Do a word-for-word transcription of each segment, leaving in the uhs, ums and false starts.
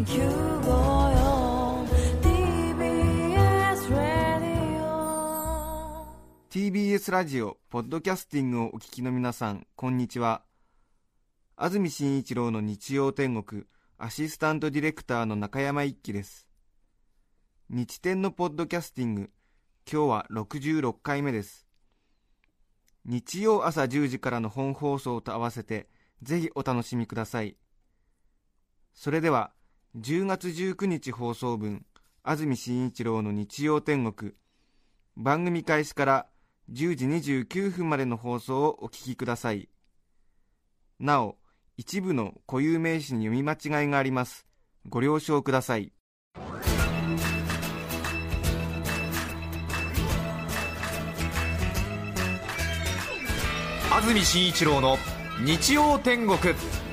きゅうごよん ティービーエス ラジオティービーエス ラジオポッドキャスティングをお聞きの皆さん、こんにちは。安住紳一郎の日曜天国アシスタントディレクターの中山一輝です。日天のポッドキャスティング、今日はろくじゅうろっかいめです。日曜朝じゅうじからの本放送と合わせてぜひお楽しみください。それではじゅうがつじゅうくにち放送分、安住紳一郎の日曜天国、番組開始からじゅうじにじゅうきゅうふんまでの放送をお聞きください。なお、一部の固有名詞に読み間違いがあります。ご了承ください。 安住紳一郎の日曜天国。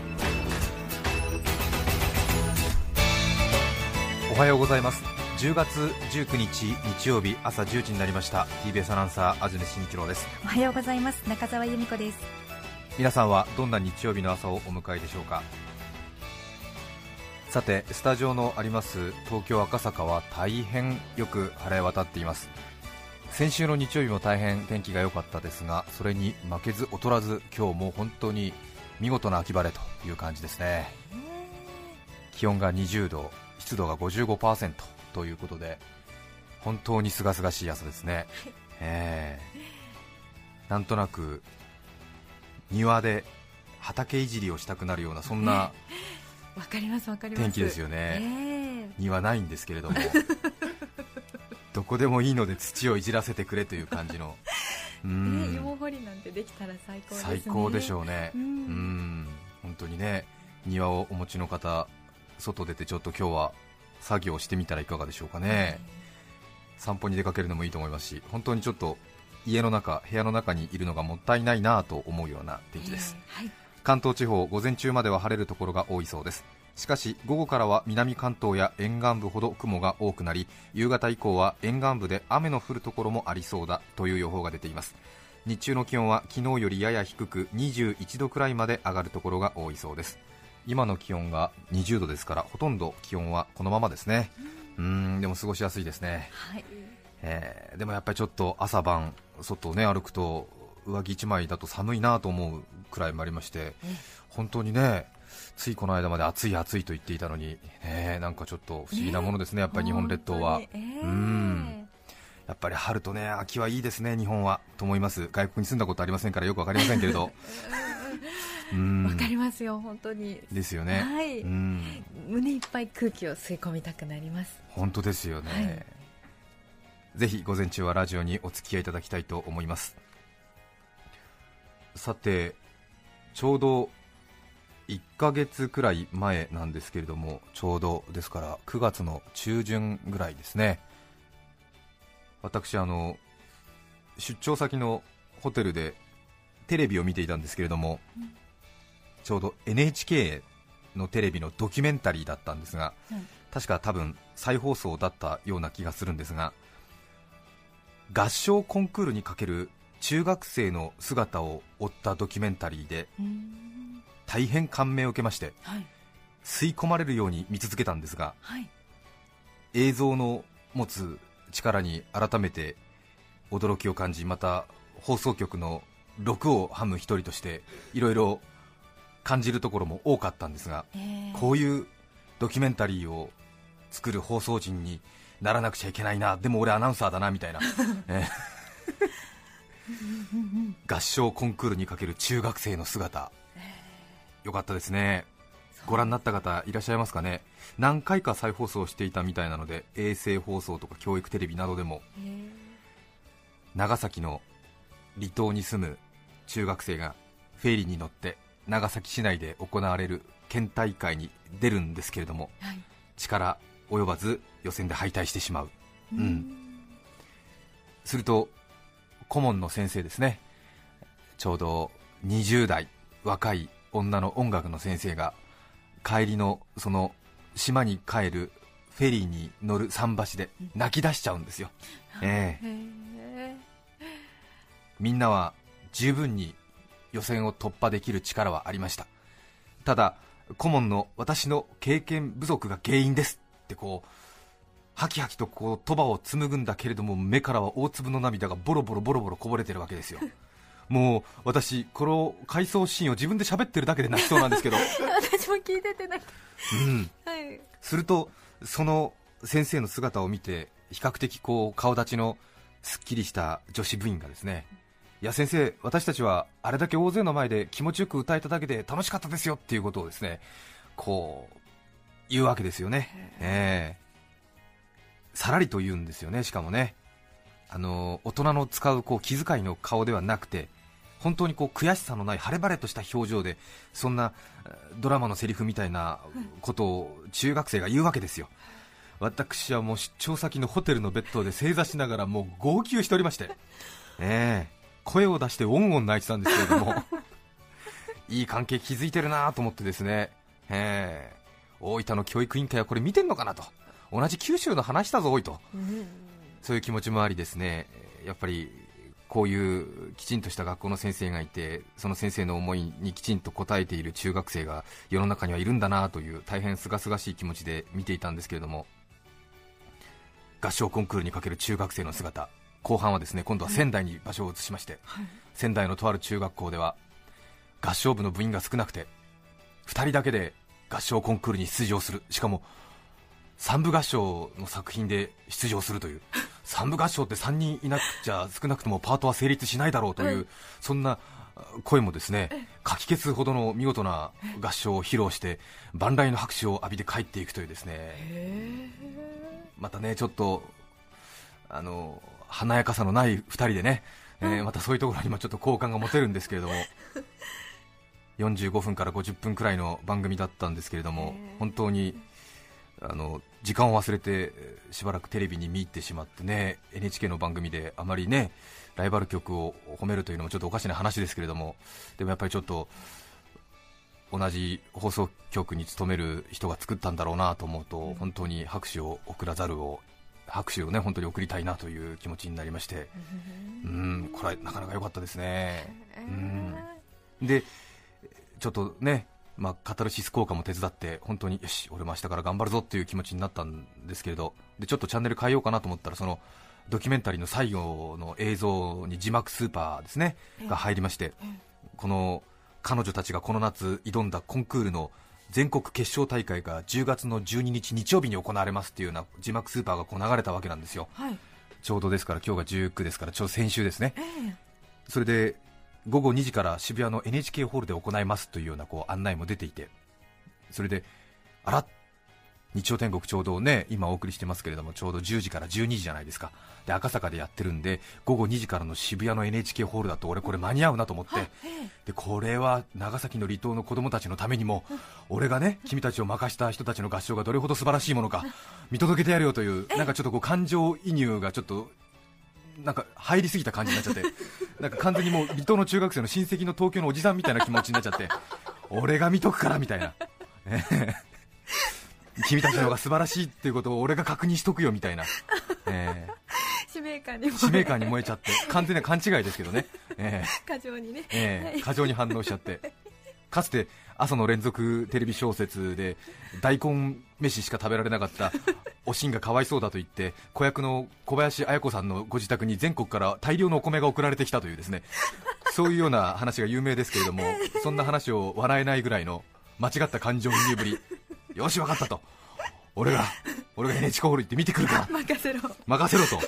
おはようございます。じゅうがつじゅうくにち日曜日朝じゅうじになりました。 ティービーエス アナウンサー安住紳一郎です。 おはようございます。中澤由美子です。 皆さんはどんな日曜日の朝をお迎えでしょうか。さて、スタジオのあります東京赤坂は大変よく晴れ渡っています。先週の日曜日も大変天気が良かったですが、それに負けず劣らず今日も本当に見事な秋晴れという感じですね。気温がにじゅうど、湿度が ごじゅうごパーセント ということで本当に清々しい朝ですね。えー、なんとなく庭で畑いじりをしたくなるようなそんなわかりますわかります天気ですよね、 えー、 庭ないんですけれどもどこでもいいので土をいじらせてくれという感じのうーん、 芋掘りなんてできたら最高ですね。 最高でしょうね。 うん、 うーん、本当にね、庭をお持ちの方、外出てちょっと今日は作業してみたらいかがでしょうかね。散歩に出かけるのもいいと思いますし、本当にちょっと家の中、部屋の中にいるのがもったいないなと思うような天気です、 えーはい、 関東地方、午前中までは晴れるところが多いそうです。しかし午後からは南関東や沿岸部ほど雲が多くなり、夕方以降は沿岸部で雨の降るところもありそうだという予報が出ています。日中の気温は昨日よりやや低くにじゅういちどくらいまで上がるところが多いそうです。今の気温がにじゅうどですから、ほとんど気温はこのままですね。うーん、でも過ごしやすいですね、はい。えー、でもやっぱりちょっと朝晩外を、ね、歩くと上着いちまいだと寒いなと思うくらいもありまして、本当にね、ついこの間まで暑い暑いと言っていたのに、ね、なんかちょっと不思議なものですね、やっぱり日本列島は、えー、うーん、やっぱり春とね、秋はいいですね、日本はと思います。外国に住んだことありませんからよくわかりませんけれどうーん、 わかりますよ、本当にですよね、 はい、 うん、 胸いっぱい空気を吸い込みたくなります。 本当ですよね、はい、ぜひ午前中はラジオにお付き合いいただきたいと思います。さて、ちょうどいっかげつくらい前なんですけれども、ちょうどですからくがつの中旬ぐらいですね、私あの出張先のホテルでテレビを見ていたんですけれども、うん、ちょうど エヌエイチケー のテレビのドキュメンタリーだったんですが、うん、確か多分再放送だったような気がするんですが、合唱コンクールにかける中学生の姿を追ったドキュメンタリーで、大変感銘を受けまして、はい、吸い込まれるように見続けたんですが、はい、映像の持つ力に改めて驚きを感じ、また放送局の録をはむ一人としていろいろ感じるところも多かったんですが、えー、こういうドキュメンタリーを作る放送陣にならなくちゃいけないな、でも俺アナウンサーだなみたいな、えー合唱コンクールにかける中学生の姿、よかったですね。ご覧になった方いらっしゃいますかね。何回か再放送していたみたいなので、衛星放送とか教育テレビなどでも、長崎の離島に住む中学生がフェリーに乗って長崎市内で行われる県大会に出るんですけれども、はい、力及ばず予選で敗退してしまう、うんうん、すると顧問の先生ですね、ちょうどにじゅうだい若い女の音楽の先生が帰りのその島に帰るフェリーに乗る桟橋で泣き出しちゃうんですよ、うん、えー、みんなは十分に予選を突破できる力はありました。ただ顧問の私の経験不足が原因ですってこうハキハキとこう唾を紡ぐんだけれども、目からは大粒の涙がボロボロボロボロこぼれてるわけですよ。もう私この回想シーンを自分で喋ってるだけで泣きそうなんですけど私も聞いてて泣きうん、 はい、 するとその先生の姿を見て、比較的こう顔立ちのすっきりした女子部員がですね、いや先生、私たちはあれだけ大勢の前で気持ちよく歌えただけで楽しかったですよっていうことをですね、こう言うわけですよね。えー、さらりと言うんですよね。しかもね、あの大人の使うこう気遣いの顔ではなくて、本当にこう悔しさのない晴れ晴れとした表情で、そんなドラマのセリフみたいなことを中学生が言うわけですよ。私はもう出張先のホテルのベッドで正座しながらもう号泣しておりまして、えー、声を出してオンオン泣いてたんですけれどもいい関係築いてるなと思ってですね、えー、大分の教育委員会はこれ見てんのかなと、同じ九州の話だぞおいと、そういう気持ちもありですね、やっぱりこういうきちんとした学校の先生がいて、その先生の思いにきちんと応えている中学生が世の中にはいるんだなという大変すがすがしい気持ちで見ていたんですけれども、合唱コンクールにかける中学生の姿、後半はですね、今度は仙台に場所を移しまして、はい、仙台のとある中学校では合唱部の部員が少なくてふたりだけで合唱コンクールに出場する、しかも三部合唱の作品で出場するという三部合唱ってさんにんいなくちゃ少なくともパートは成立しないだろうという、そんな声もですね、かき消すほどの見事な合唱を披露して万来の拍手を浴びて帰っていくというですね、またねちょっとあの華やかさのないふたりでね、えー、またそういうところにもちょっと好感が持てるんですけれどもよんじゅうごふんからごじゅっぷんくらいの番組だったんですけれども、本当にあの時間を忘れてしばらくテレビに見入ってしまってね、 エヌエイチケー の番組であまりねライバル局を褒めるというのもちょっとおかしな話ですけれども、でもやっぱりちょっと同じ放送局に勤める人が作ったんだろうなと思うと、本当に拍手を送らざるを拍手をね本当に送りたいなという気持ちになりまして、うん、これはなかなか良かったですね。うんでちょっとね、まあ、カタルシス効果も手伝って本当によし俺も明日から頑張るぞという気持ちになったんですけれど、でちょっとチャンネル変えようかなと思ったら、そのドキュメンタリーの最後の映像に字幕スーパーですねが入りまして、この彼女たちがこの夏挑んだコンクールの全国決勝大会がじゅうがつのじゅうににち日曜日に行われますっていうような字幕スーパーがこう流れたわけなんですよ、はい、ちょうどですから今日がじゅうくですからちょうど先週ですね、えー、それでごごにじから渋谷の エヌエイチケー ホールで行いますというようなこう案内も出ていて、それであら日曜天国ちょうどね今お送りしてますけれども、ちょうどじゅうじからじゅうにじじゃないですか。で赤坂でやってるんでごごにじからの渋谷の エヌエイチケー ホールだと俺これ間に合うなと思って、でこれは長崎の離島の子供たちのためにも俺がね君たちを任した人たちの合唱がどれほど素晴らしいものか見届けてやるよという、なんかちょっとこう感情移入がちょっとなんか入りすぎた感じになっちゃってなんか完全にもう離島の中学生の親戚の東京のおじさんみたいな気持ちになっちゃって俺が見とくからみたいな君たちの方が素晴らしいっていうことを俺が確認しとくよみたいな、えー、使命感に燃え使命感に燃えちゃって、完全な勘違いですけどね、えー、 過剰にね、 えー、過剰に反応しちゃってかつて朝の連続テレビ小説で大根飯しか食べられなかったおしんがかわいそうだと言って子役の小林綾子さんのご自宅に全国から大量のお米が送られてきたというですねそういうような話が有名ですけれども、そんな話を笑えないぐらいの間違った感情移入ぶりよし分かったと、俺が俺が エヌエイチケー ホール行って見てくるから任せろ任せろと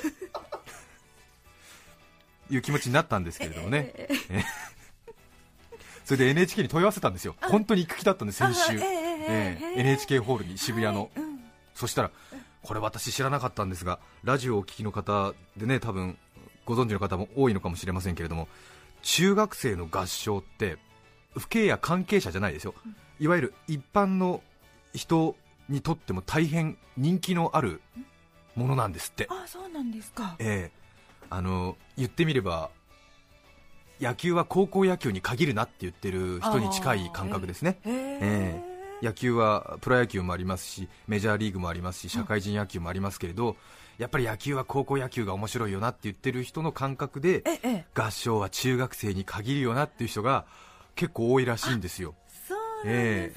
いう気持ちになったんですけれどもね、えーそれで エヌエイチケー に問い合わせたんですよ。本当に行く気だったんです、先週、えー、エヌエイチケー ホールに渋谷の、はいうん、そしたらこれ私知らなかったんですが、ラジオをお聞きの方でね多分ご存知の方も多いのかもしれませんけれども、中学生の合唱って父兄や関係者じゃないですよ、いわゆる一般の人にとっても大変人気のあるものなんですって。 あ、そうなんですか。 えー、あの言ってみれば野球は高校野球に限るなって言ってる人に近い感覚ですね、えーえー、野球はプロ野球もありますしメジャーリーグもありますし社会人野球もありますけれど、うん、やっぱり野球は高校野球が面白いよなって言ってる人の感覚で、ええ、合唱は中学生に限るよなっていう人が結構多いらしいんですよ。 そうなんですか、えー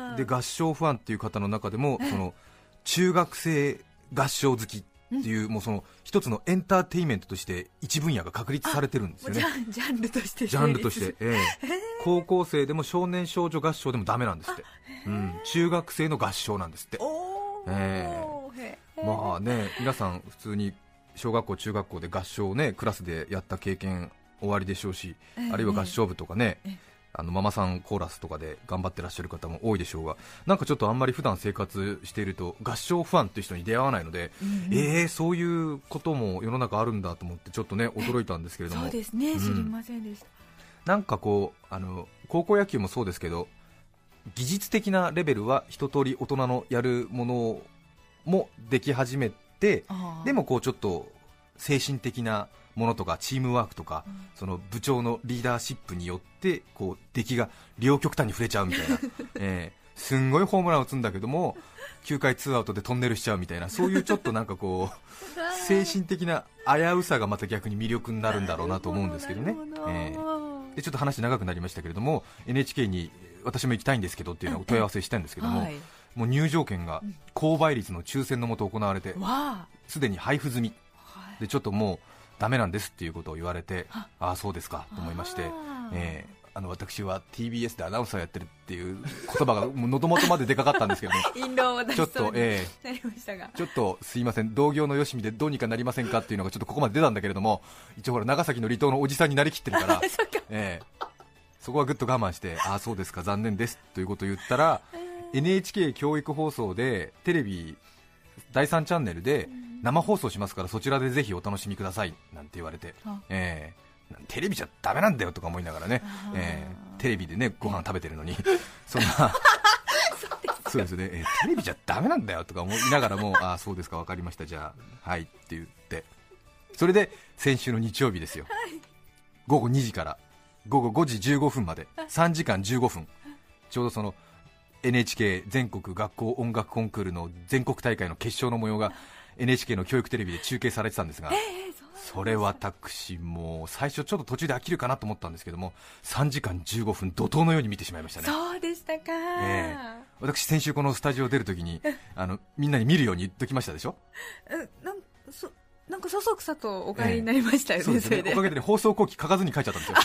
あーで合唱ファンっていう方の中でもその中学生合唱好きっていう、もうその一つのエンターテインメントとして一分野が確立されてるんですよね。 もうジャンジャンルとしてジャンルとして、ええ、高校生でも少年少女合唱でもダメなんですって、うん、中学生の合唱なんですって。 おー、 えへえ、まあね、皆さん普通に小学校中学校で合唱をねクラスでやった経験おありでしょうし、 ええあるいは合唱部とかね、 ええあのママさんコーラスとかで頑張ってらっしゃる方も多いでしょうが、なんかちょっとあんまり普段生活していると合唱ファンという人に出会わないので、 うんうん、 えー、そういうことも世の中あるんだと思ってちょっとね驚いたんですけれども、 そうですね、 うん知りませんでした。 なんかこうあの高校野球もそうですけど、技術的なレベルは一通り大人のやるものもでき始めて、 あーでもこうちょっと精神的なものとかチームワークとか、 うんその部長のリーダーシップによってこう出来が両極端に触れちゃうみたいな、えー、すんごいホームラン打つんだけどもきゅうかいツーアウトでトンネルしちゃうみたいな、そういうちょっとなんかこう精神的な危うさがまた逆に魅力になるんだろうなと思うんですけどね。えー、でちょっと話長くなりましたけれども エヌエイチケー に私も行きたいんですけどっていうのを問い合わせしたんですけども、 はい、 もう入場券が高倍率の抽選のもと行われてわすでに配布済みあ、はい、 でちょっともうダメなんですっていうことを言われて、 あああそうですかと思いまして、 あーえー、あの私は ティービーエス でアナウンサーやってるっていう言葉がもう喉元まで出かかったんですけども印籠を出しちょっと、 そうにえなりましたが、 ー、ちょっとすいません、同業のよしみでどうにかなりませんかっていうのがちょっとここまで出たんだけれども、一応ほら長崎の離島のおじさんになりきってるから、えー、そこはぐっと我慢して、ああそうですか残念ですということを言ったら、エヌエイチケー 教育放送でテレビだいさんチャンネルで生放送しますからそちらでぜひお楽しみくださいなんて言われて、えー、テレビじゃダメなんだよとか思いながらね、えー、テレビでねご飯食べてるのにそんなそうですね、えー、テレビじゃダメなんだよとか思いながらもあそうですか分かりましたじゃあはいって言って、それで先週の日曜日ですよ、ごごにじからごごごじじゅうごふんまでさんじかんじゅうごふん、ちょうどそのエヌエイチケー 全国学校音楽コンクールの全国大会の決勝の模様が エヌエイチケー の教育テレビで中継されてたんですが、それ私もう最初ちょっと途中で飽きるかなと思ったんですけどもさんじかんじゅうごふん怒涛のように見てしまいましたね。 そうでしたか、 えー、私先週このスタジオ出るときにあのみんなに見るように言っときましたでしょ。 えなんそなんかそそくさとお帰りになりましたよね、 そうですね、 それでおかげで、ね、放送後期書かずに書いちゃったんですよ。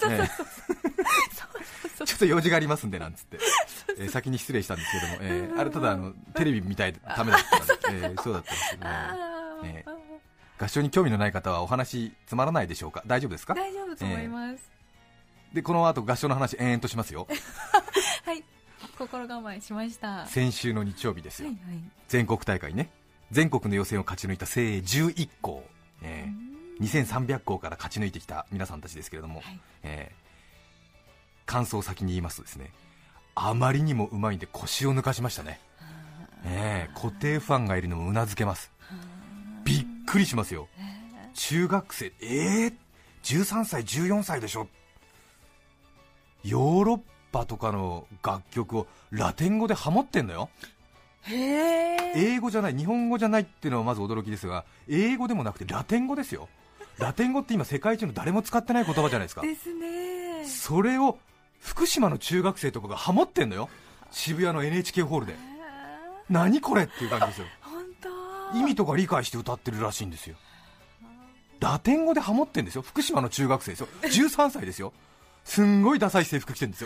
ちょっと用事がありますんでなんつってえー、先に失礼したんですけども、えー、あれただあのテレビ見たいためだったんで、えー、そうだったんですけど、ねえー、合唱に興味のない方はお話つまらないでしょうか。大丈夫ですか。 大丈夫と思います、 えー、でこの後合唱の話延々としますよはい心構えしました。 先週の日曜日ですよ、 はいはい、全国大会ね、全国の予選を勝ち抜いた精鋭じゅういっこう、えー、にせんさんびゃくこうから勝ち抜いてきた皆さんたちですけれども、はい、えー感想を先に言いますとですね、あまりにもうまいんで腰を抜かしましたね、えー、固定ファンがいるのもうなずけます。びっくりしますよ、中学生、えー、じゅうさんさいじゅうよんさいでしょ。ヨーロッパとかの楽曲をラテン語でハモってんのよ。 へー、 英語じゃない、日本語じゃないっていうのはまず驚きですが、英語でもなくてラテン語ですよ。ラテン語って今世界中の誰も使ってない言葉じゃないですか。 ですね。 それを福島の中学生とかがハモってんのよ、渋谷の エヌエイチケー ホールで。何これっていう感じですよ。 本当、 意味とか理解して歌ってるらしいんですよ。ラテン語でハモってんですよ、福島の中学生ですよ、じゅうさんさいですよ。すんごいダサい制服着てるんですよ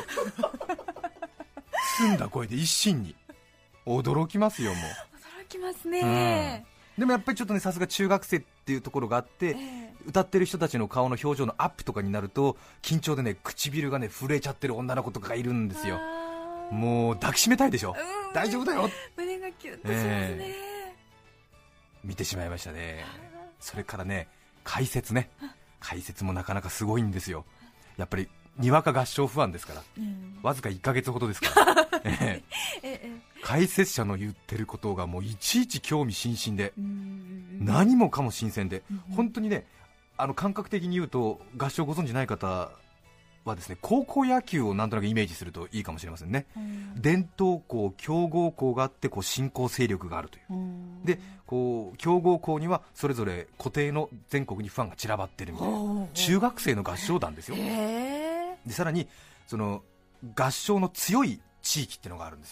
澄んだ声で一心に驚きますよ。もう驚きますね、 うん、でもやっぱりちょっとね、さすが中学生っていうところがあって、えー、歌ってる人たちの顔の表情のアップとかになると緊張でね、唇がね震えちゃってる女の子とかがいるんですよ。もう抱きしめたいでしょ、うん、大丈夫だよ、 胸がキュッとしますね、えー、見てしまいましたね。それからね、解説ね、解説もなかなかすごいんですよ。やっぱりにわか合唱ファンですから、うん、わずかいっかげつほどですから、えー、解説者の言ってることがもういちいち興味津々で、何もかも新鮮で、本当にね、あの感覚的に言うと合唱をご存じない方はですね、高校野球をなんとなくイメージするといいかもしれませんね、うん、伝統校、強豪校があってこう新興勢力があるという、うん、でこう強豪校にはそれぞれ固定の全国にファンが散らばってるみたいな中学生の合唱団ですよ。でさらにその合唱の強い地域ってのがあるんですよ。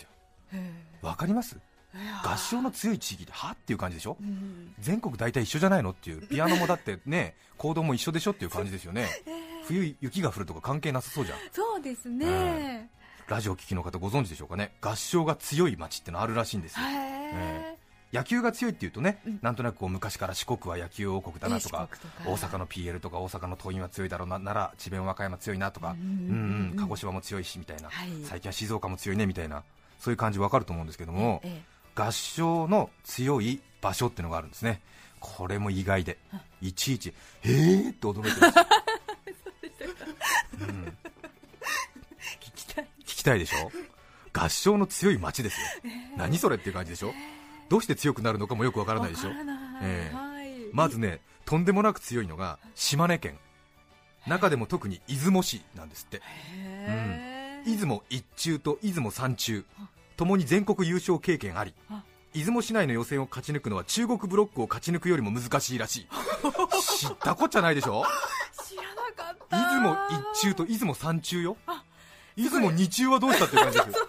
わかります？合唱の強い地域ってはっていう感じでしょ、うん、全国大体一緒じゃないのっていう、ピアノもだってねコードも一緒でしょっていう感じですよね、えー、冬雪が降るとか関係なさそうじゃん。 そうですね、 えー、ラジオ聴きの方ご存知でしょうかね。合唱が強い町ってのあるらしいんですよ、えー、野球が強いっていうとね、うん、なんとなくこう昔から四国は野球王国だなとか、とか大阪の ピーエル とか大阪の桐蔭は強いだろうな、奈良智弁和歌山強いなとか、うんうんうん、鹿児島も強いしみたいな、はい、最近は静岡も強いねみたいな、そういう感じわかると思うんですけども、ええ、合唱の強い場所っていうのがあるんですね。これも意外でいちいちえーって驚いてるんですよ、うん、聞きたい聞きたいでしょ。合唱の強い町ですよ、えー、何それっていう感じでしょ、えー、どうして強くなるのかもよくわからないでしょ、えーはい、まずねとんでもなく強いのが島根県、中でも特に出雲市なんですって、えーうん、出雲一中と出雲三中ともに全国優勝経験あり、出雲市内の予選を勝ち抜くのは中国ブロックを勝ち抜くよりも難しいらしい知ったこっちゃないでしょ。 知らなかった。 出雲一中と出雲三中よ。出雲二中はどうしたっていう感じですよ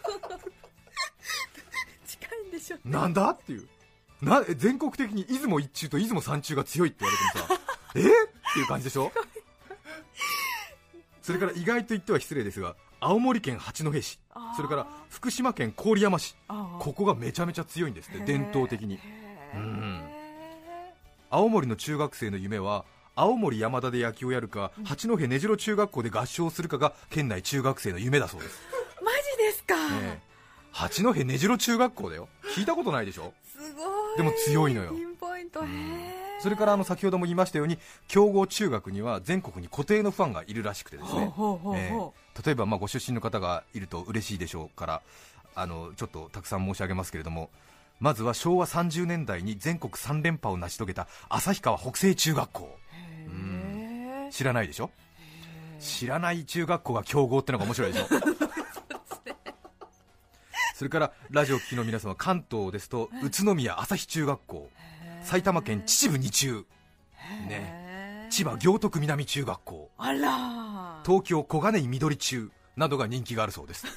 近いんでしょ、ね、 なんだっていうな、全国的に出雲一中と出雲三中が強いって言われてもさえっていう感じでしょそれから意外と言っては失礼ですが、青森県八戸市、それから福島県郡山市、ここがめちゃめちゃ強いんですって、伝統的に。うん、青森の中学生の夢は青森山田で野球をやるか、うん、八戸根城中学校で合唱するかが県内中学生の夢だそうです。 マジですか、 ね、八戸根城中学校だよ。聞いたことないでしょ。 すごい。 でも強いのよ。 ピンポイント、へー。 それからあの先ほども言いましたように、強豪中学には全国に固定のファンがいるらしくてですね、 ほうほうほうほう、えー例えばまあご出身の方がいると嬉しいでしょうから、あのちょっとたくさん申し上げますけれども、まずはしょうわさんじゅうねんだいに全国さん連覇を成し遂げた旭川北西中学校、うん、知らないでしょ。知らない中学校が強豪ってのが面白いでしょそれからラジオ聴きの皆様、関東ですと宇都宮朝日中学校、埼玉県秩父二中、ね、千葉行徳南中学校、 あら、 東京小金井緑中などが人気があるそうです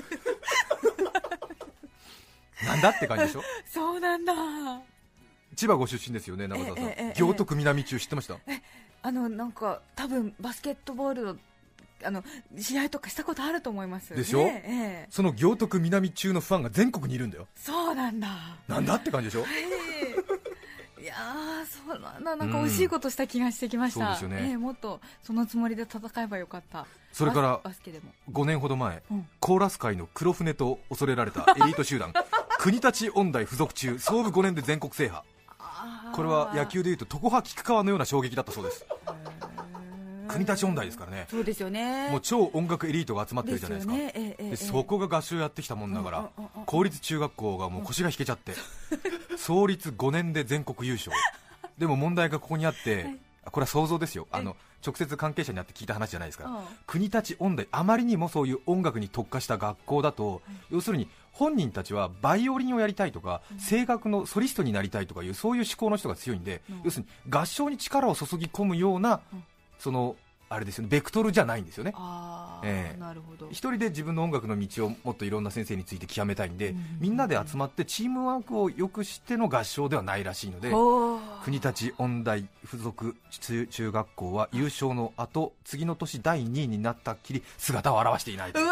なんだって感じでしょ。 そうなんだ。 千葉ご出身ですよね、中澤さん。行徳南中知ってました？ えあのなんか多分バスケットボールのあの試合とかしたことあると思いますでしょ、ねええ、その行徳南中のファンが全国にいるんだよ。 そうなんだ。 なんだって感じでしょ、 はいいやー、そうなんだ、なんか惜しいことした気がしてきました、うん、そうですよね、えー、もっとそのつもりで戦えばよかった。 それからバスケでもごねんほど前、うん、コーラス界の黒船と恐れられたエリート集団国立音大附属中、創部ごねんで全国制覇。これは野球でいうと常葉菊川のような衝撃だったそうです。国立音大ですからね。 そうですよね。 もう超音楽エリートが集まってるじゃないですか。 ですよね、ええええ、 でそこが合唱やってきたもんだから、うんうんうんうん、公立中学校がもう腰が引けちゃって創立ごねんで全国優勝でも問題がここにあって、はい、これは想像ですよ、あの直接関係者に会って聞いた話じゃないですから、うん、国立音大、あまりにもそういう音楽に特化した学校だと、うん、要するに本人たちはバイオリンをやりたいとか、うん、声楽のソリストになりたいとかいうそういう思考の人が強いんで、うん、要するに合唱に力を注ぎ込むような、うん、そのあれですよね、ベクトルじゃないんですよね。 あ、えー、なるほど。一人で自分の音楽の道をもっといろんな先生について極めたいんで、うん、みんなで集まってチームワークを良くしての合唱ではないらしいので、国立音大附属中学校は優勝の後、次の年だいにいになったっきり姿を現していないと。 うわ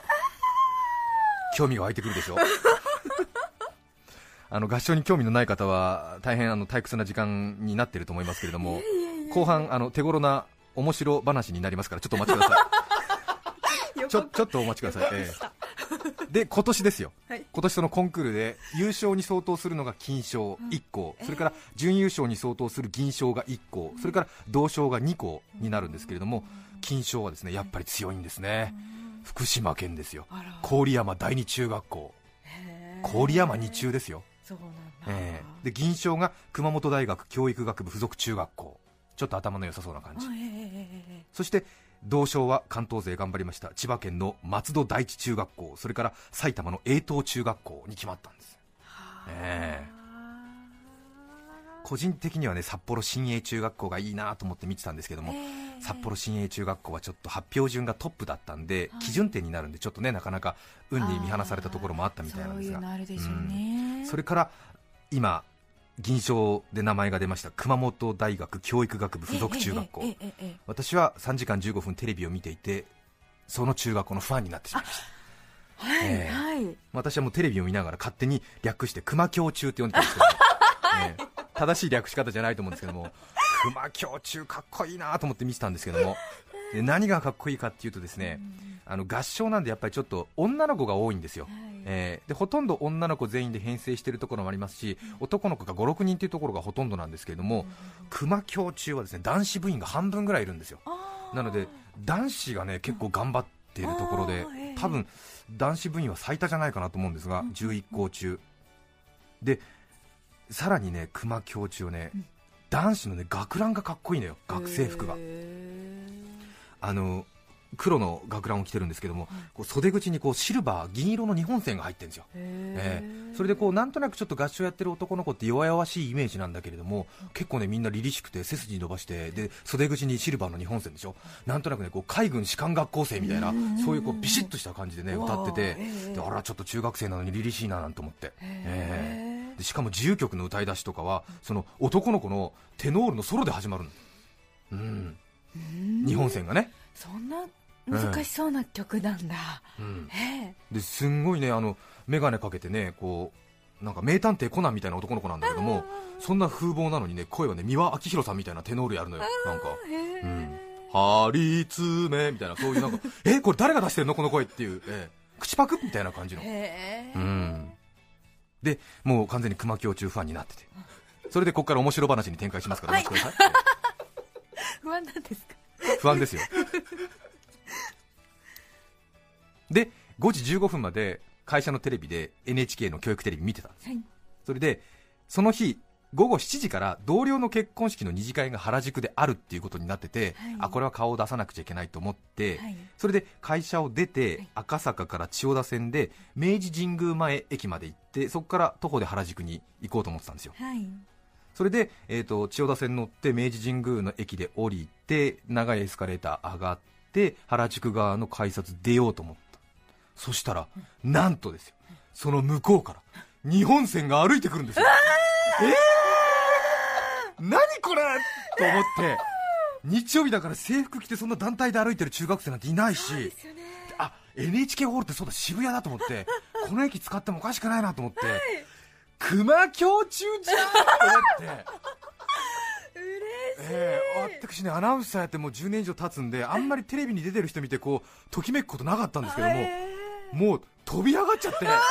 興味が湧いてくるでしょあの合唱に興味のない方は大変あの退屈な時間になっていると思いますけれども、後半あの手頃な面白話になりますから、ちょっとお待ちくださいちょ, ちょっとお待ちください、えー、で今年ですよ、はい、今年そのコンクールで優勝に相当するのが金賞いっこ、うん、それから準優勝に相当する銀賞がいっこ、それから銅賞がにこになるんですけれども、金賞はですねやっぱり強いんですね。福島県ですよ、郡山第二中学校、郡山二中ですよ。 そうなんだ、 えー、で銀賞が熊本大学教育学部附属中学校、ちょっと頭の良さそうな感じ、えー、そして銅賞は関東勢頑張りました千葉県の松戸第一中学校、それから埼玉の栄東中学校に決まったんです、えー、個人的にはね札幌新栄中学校がいいなと思って見てたんですけども、えー、 札幌新栄中学校はちょっと発表順がトップだったんで、基準点になるんでちょっとねなかなか運に見放されたところもあったみたいなんですが、 そういうのあるでしょうね、 うん、それから今銀賞で名前が出ました熊本大学教育学部附属中学校、私はさんじかんじゅうごふんテレビを見ていてその中学校のファンになってしまいました。はい、えーはい、私はもうテレビを見ながら勝手に略して熊教中って呼んでたんですけど、ねえー、正しい略し方じゃないと思うんですけども熊教中かっこいいなと思って見てたんですけども、で何がかっこいいかっていうとですね、あの合唱なんでやっぱりちょっと女の子が多いんですよ、はい、えー、でほとんど女の子全員で編成しているところもありますし、男の子がご、ろくにんというところがほとんどなんですけれども、熊教中はですね男子部員が半分ぐらいいるんですよ。なので男子がね結構頑張っているところで、多分男子部員は最多じゃないかなと思うんですが、じゅういっこう中で、さらにね熊教中をね、男子のね学ランがかっこいいのよ、学生服が。あの黒の学ランを着てるんですけども、こう袖口にこうシルバー銀色の日本線が入ってるんですよ、えー、それでこうなんとなくちょっと合唱やってる男の子って弱々しいイメージなんだけれども、結構ねみんな凛々しくて背筋伸ばして、で袖口にシルバーの日本線でしょ、なんとなくねこう海軍士官学校生みたいな、そういうこうビシッとした感じでね歌ってて、であらちょっと中学生なのに凛々しいななんて思って、えー、でしかも自由曲の歌い出しとかはその男の子のテノールのソロで始まるの、うん、日本線がね、 そんな難しそうな曲なんだ、 うん、ですんごいねあの眼鏡かけてねこうなんか名探偵コナンみたいな男の子なんだけども、そんな風貌なのにね声はね三輪明宏さんみたいなテノールやるのよ、なんか、うん、張り詰めみたいな、そういうなんかえこれ誰が出してるのこの声っていう、えー、口パクみたいな感じの、うん、でもう完全に熊教中ファンになってて、それでここから面白話に展開しますから、はい、 不安なんですか？ 不安ですよでごじじゅうごふんまで会社のテレビで エヌエイチケー の教育テレビ見てたんです、はい、それでその日ごごしちじから同僚の結婚式の二次会が原宿であるっていうことになってて、はい、あこれは顔を出さなくちゃいけないと思って、はい、それで会社を出て、はい、赤坂から千代田線で明治神宮前駅まで行って、そこから徒歩で原宿に行こうと思ってたんですよ、はい、それで、えーと、千代田線乗って明治神宮の駅で降りて長いエスカレーター上がって原宿側の改札出ようと思った。そしたら、うん、なんとですよ、その向こうから日本線が歩いてくるんですよ。えー、何これと思って、日曜日だから制服着てそんな団体で歩いてる中学生なんていないし、ね、あ エヌエイチケー ホールってそうだ渋谷だと思ってこの駅使ってもおかしくないなと思って、はい、熊教中じゃんと思って嬉しい、 えー、私ねアナウンサーやってもうじゅうねん以上経つんで、あんまりテレビに出てる人見てこうときめくことなかったんですけども、もう飛び上がっちゃって、はい、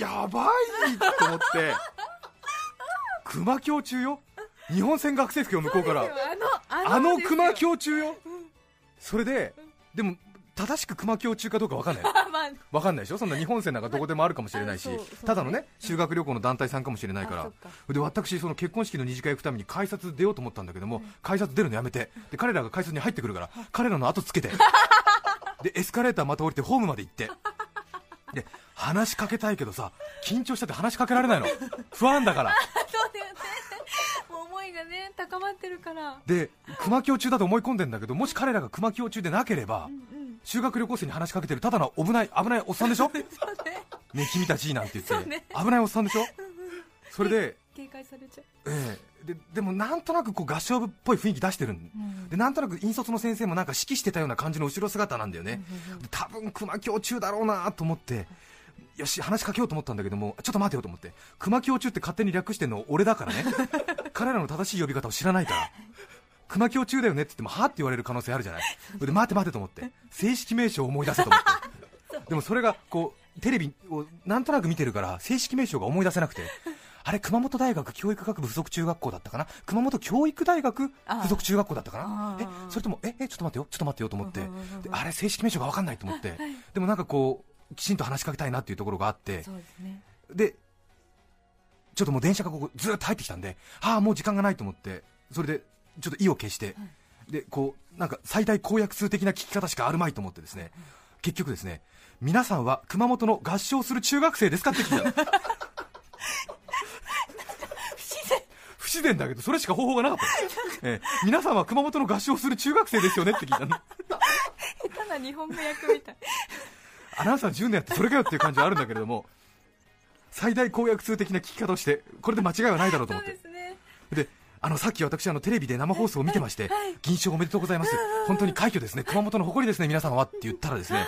やばいと思って熊教中よ、日本船学生服よ向こうから、あの、あの、あの熊教中よ、うん、それででも正しく熊教中かどうか分かんない分かんないでしょ、そんな日本船なんかどこでもあるかもしれないし、ただのね修学旅行の団体さんかもしれないから。で私その結婚式の二次会行くために改札出ようと思ったんだけども、うん、改札出るのやめて、で彼らが改札に入ってくるから彼らの後つけてでエスカレーターまた降りてホームまで行って、で話しかけたいけどさ緊張しちゃって話しかけられないの不安だからそうだよね、もう思いがね高まってるから。で熊教中だと思い込んでんだけど、もし彼らが熊教中でなければ、うんうん、修学旅行生に話しかけてるただの危ない危ないおっさんでしょそう、ね、ね君たちなんて言って、ね、危ないおっさんでしょそれで警戒されちゃう、 ええ、で, でもなんとなくこう合唱部っぽい雰囲気出してるん、うん、でなんとなく引率の先生もなんか指揮してたような感じの後ろ姿なんだよね、うん、で多分熊教中だろうなと思ってよし話しかけようと思ったんだけども、ちょっと待てよと思って、熊教中って勝手に略してんの俺だからね彼らの正しい呼び方を知らないから熊教中だよねって言ってもはって言われる可能性あるじゃない。で待て待てと思って正式名称を思い出せと思ってでもそれがこうテレビをなんとなく見てるから正式名称が思い出せなくて、あれ熊本大学教育学部附属中学校だったかな、熊本教育大学附属中学校だったかな、えそれともええちょっと待ってよちょっと待ってよと思って、であれ正式名称が分かんないと思って、でもなんかこうきちんと話しかけたいなっていうところがあって、そうですね、でちょっともう電車がここずっと入ってきたんで、ああもう時間がないと思って、それでちょっと意を決して、はい、でこうなんか最大公約数的な聞き方しかあるまいと思ってですね、うん、結局ですね、皆さんは熊本の合唱する中学生ですかって聞いたの不不自然だけどそれしか方法がなかった、えー、皆さんは熊本の合唱をする中学生ですよねって聞いたの。 下手な日本語訳みたい。 アナウンサーじゅうねんやってそれかよっていう感じはあるんだけれども、最大公約数的な聞き方をしてこれで間違いはないだろうと思って。 そうですね。 であのさっき私あのテレビで生放送を見てまして、はい、銀賞おめでとうございます、本当に快挙ですね、熊本の誇りですね皆様はって言ったらですね、はい、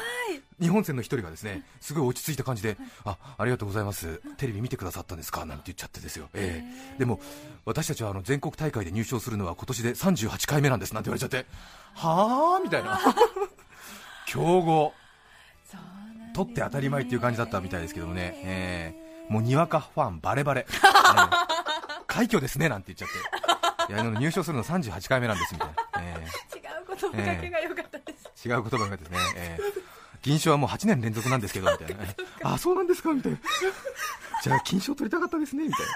日本船の一人がですねすごい落ち着いた感じで、あありがとうございます、テレビ見てくださったんですかなんて言っちゃってですよ、えー、でも私たちはあの全国大会で入賞するのは今年でさんじゅうはちかいめなんですなんて言われちゃって、はぁみたいな強豪取って当たり前っていう感じだったみたいですけどもね、えー、もうにわかファンバレバレ、えー、快挙ですねなんて言っちゃって、いや入賞するのさんじゅうはちかいめなんですみたいな、えー、違う言葉かけが良かったです、 えー、違う言葉がですね、えー、銀賞はもうはちねん連続なんですけどみたいな、あそうなんですかみたいな、じゃあ金賞取りたかったですねみたいな、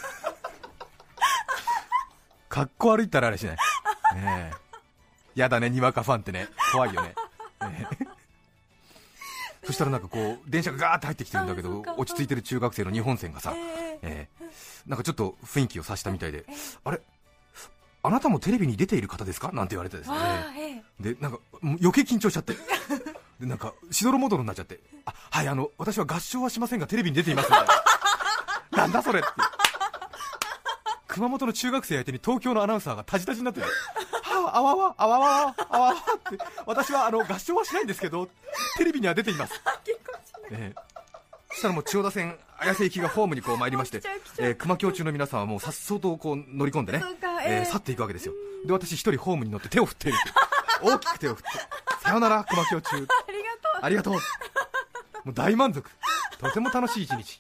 かっこ悪いったらあれしない、ね、やだねにわかファンってね怖いよね、ねそしたらなんかこう電車がガーって入ってきてるんだけど、落ち着いてる中学生の日本船がさ、えー、なんかちょっと雰囲気を察したみたいで、あれあなたもテレビに出ている方ですかなんて言われてですね、でなんか余計緊張しちゃってでなんかしどろもどろになっちゃって、あはいあの私は合唱はしませんがテレビに出ていますみたいななんだそれって熊本の中学生相手に東京のアナウンサーがタジタジになってる、はあ、あわわあわわあわわって私はあの合唱はしないんですけどテレビには出ています、えー、そしたらもう千代田線綾瀬行きがホームにこう参りまして、えー、熊京中の皆さんはもうさっそうとこう乗り込んでね、えー、去っていくわけですよ。で私一人ホームに乗って手を振っている大きく手を振ってさよなら熊京中ありがとうもう大満足、とても楽しい一日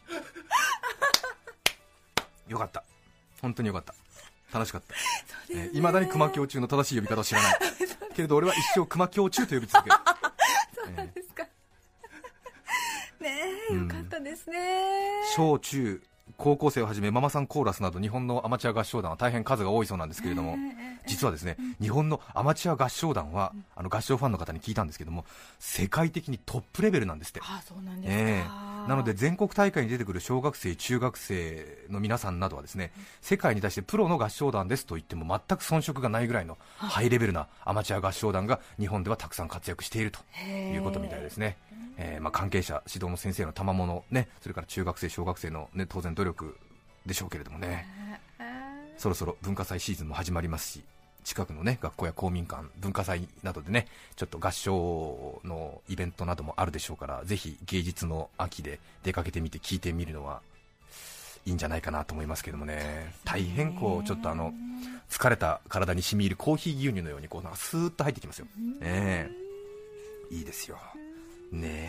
よかった、本当によかった、楽しかった。いま、ねえー、だに熊京中の正しい呼び方を知らないけれど俺は一生熊京中と呼び続けるそうなんですか、えー、ねえ、よかったですね、 うん、小中高校生をはじめママさんコーラスなど日本のアマチュア合唱団は大変数が多いそうなんですけれども、実はですね、日本のアマチュア合唱団はあの合唱ファンの方に聞いたんですけども世界的にトップレベルなんですって。 あ、そうなんですか、 えー、なので全国大会に出てくる小学生中学生の皆さんなどはですね、世界に対してプロの合唱団ですと言っても全く遜色がないぐらいのハイレベルなアマチュア合唱団が日本ではたくさん活躍しているということみたいですね。えーまあ、関係者指導の先生の賜物、ね、それから中学生小学生の、ね、当然努力でしょうけれどもね、そろそろ文化祭シーズンも始まりますし、近くの、ね、学校や公民館文化祭などでねちょっと合唱のイベントなどもあるでしょうから、ぜひ芸術の秋で出かけてみて聞いてみるのはいいんじゃないかなと思いますけどもね。大変こうちょっとあの疲れた体に染み入るコーヒー牛乳のようにこうなんかスーッと入ってきますよ、ね、いいですよね。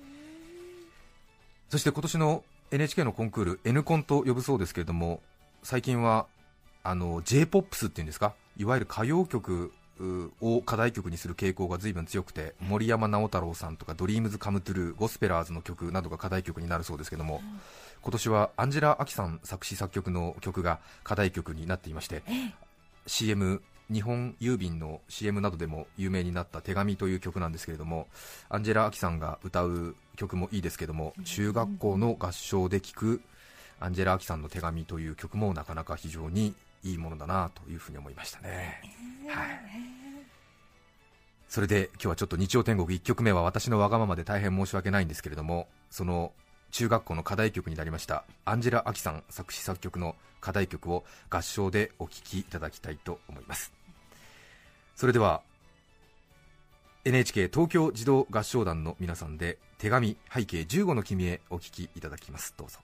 そして今年の エヌエイチケー のコンクール N コンと呼ぶそうですけれども、最近はあの J-ポップス っていうんですか、いわゆる歌謡曲を課題曲にする傾向が随分強くて、森山直太朗さんとかドリームズカムトゥルー、ゴスペラーズの曲などが課題曲になるそうですけども、今年はアンジェラ・アキさん作詞作曲の曲が課題曲になっていまして、 シーエム 日本郵便の シーエム などでも有名になった手紙という曲なんですけれども、アンジェラ・アキさんが歌う曲もいいですけども、中学校の合唱で聴くアンジェラ・アキさんの手紙という曲もなかなか非常にいいものだなというふうに思いましたね、はい、それで今日はちょっと日曜天国いっきょくめは私のわがままで大変申し訳ないんですけれども、その中学校の課題曲になりましたアンジェラ・アキさん作詞作曲の課題曲を合唱でお聴きいただきたいと思います。それでは エヌエイチケー 東京児童合唱団の皆さんで手紙背景じゅうごの君へお聴きいただきます。どうぞ。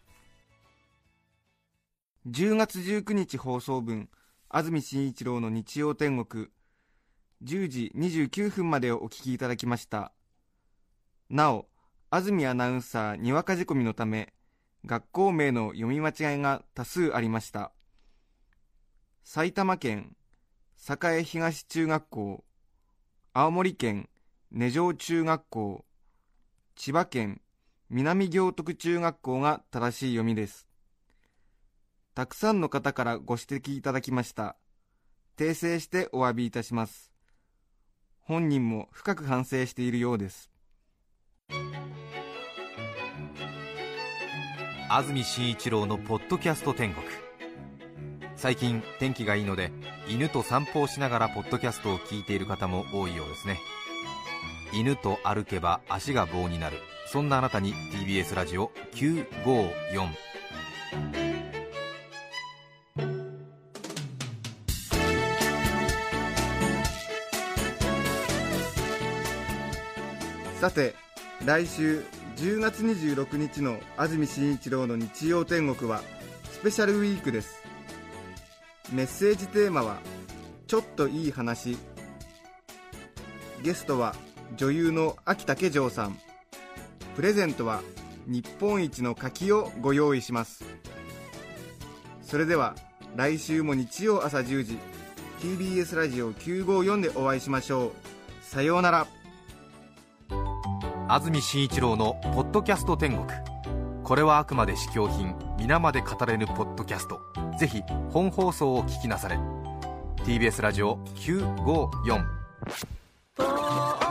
じゅうがつじゅうくにち放送分、安住紳一郎の日曜天国、じゅうじにじゅうきゅうふんまでをお聞きいただきました。なお、安住アナウンサーにわか仕込みのため、学校名の読み間違いが多数ありました。埼玉県栄東中学校、青森県根城中学校、千葉県南行徳中学校が正しい読みです。たくさんの方からご指摘いただきました。訂正してお詫びいたします。本人も深く反省しているようです。 安住紳一郎のポッドキャスト天国、 最近天気がいいので犬と散歩をしながらポッドキャストを聞いている方も多いようですね。犬と歩けば足が棒になる、そんなあなたに ティービーエス ラジオきゅうごよん。 さて、来週じゅうがつにじゅうろくにちの安住紳一郎の日曜天国はスペシャルウィークです。メッセージテーマはちょっといい話。ゲストは女優の秋竹城さん。プレゼントは日本一の柿をご用意します。それでは来週も日曜朝じゅうじ ティービーエス ラジオきゅうごよんでお会いしましょう。さようなら。 安住紳一郎のポッドキャスト天国。これはあくまで試供品、皆まで語れぬポッドキャスト。ぜひ本放送を聞きなされ。 ティービーエス ラジオきゅうごよん。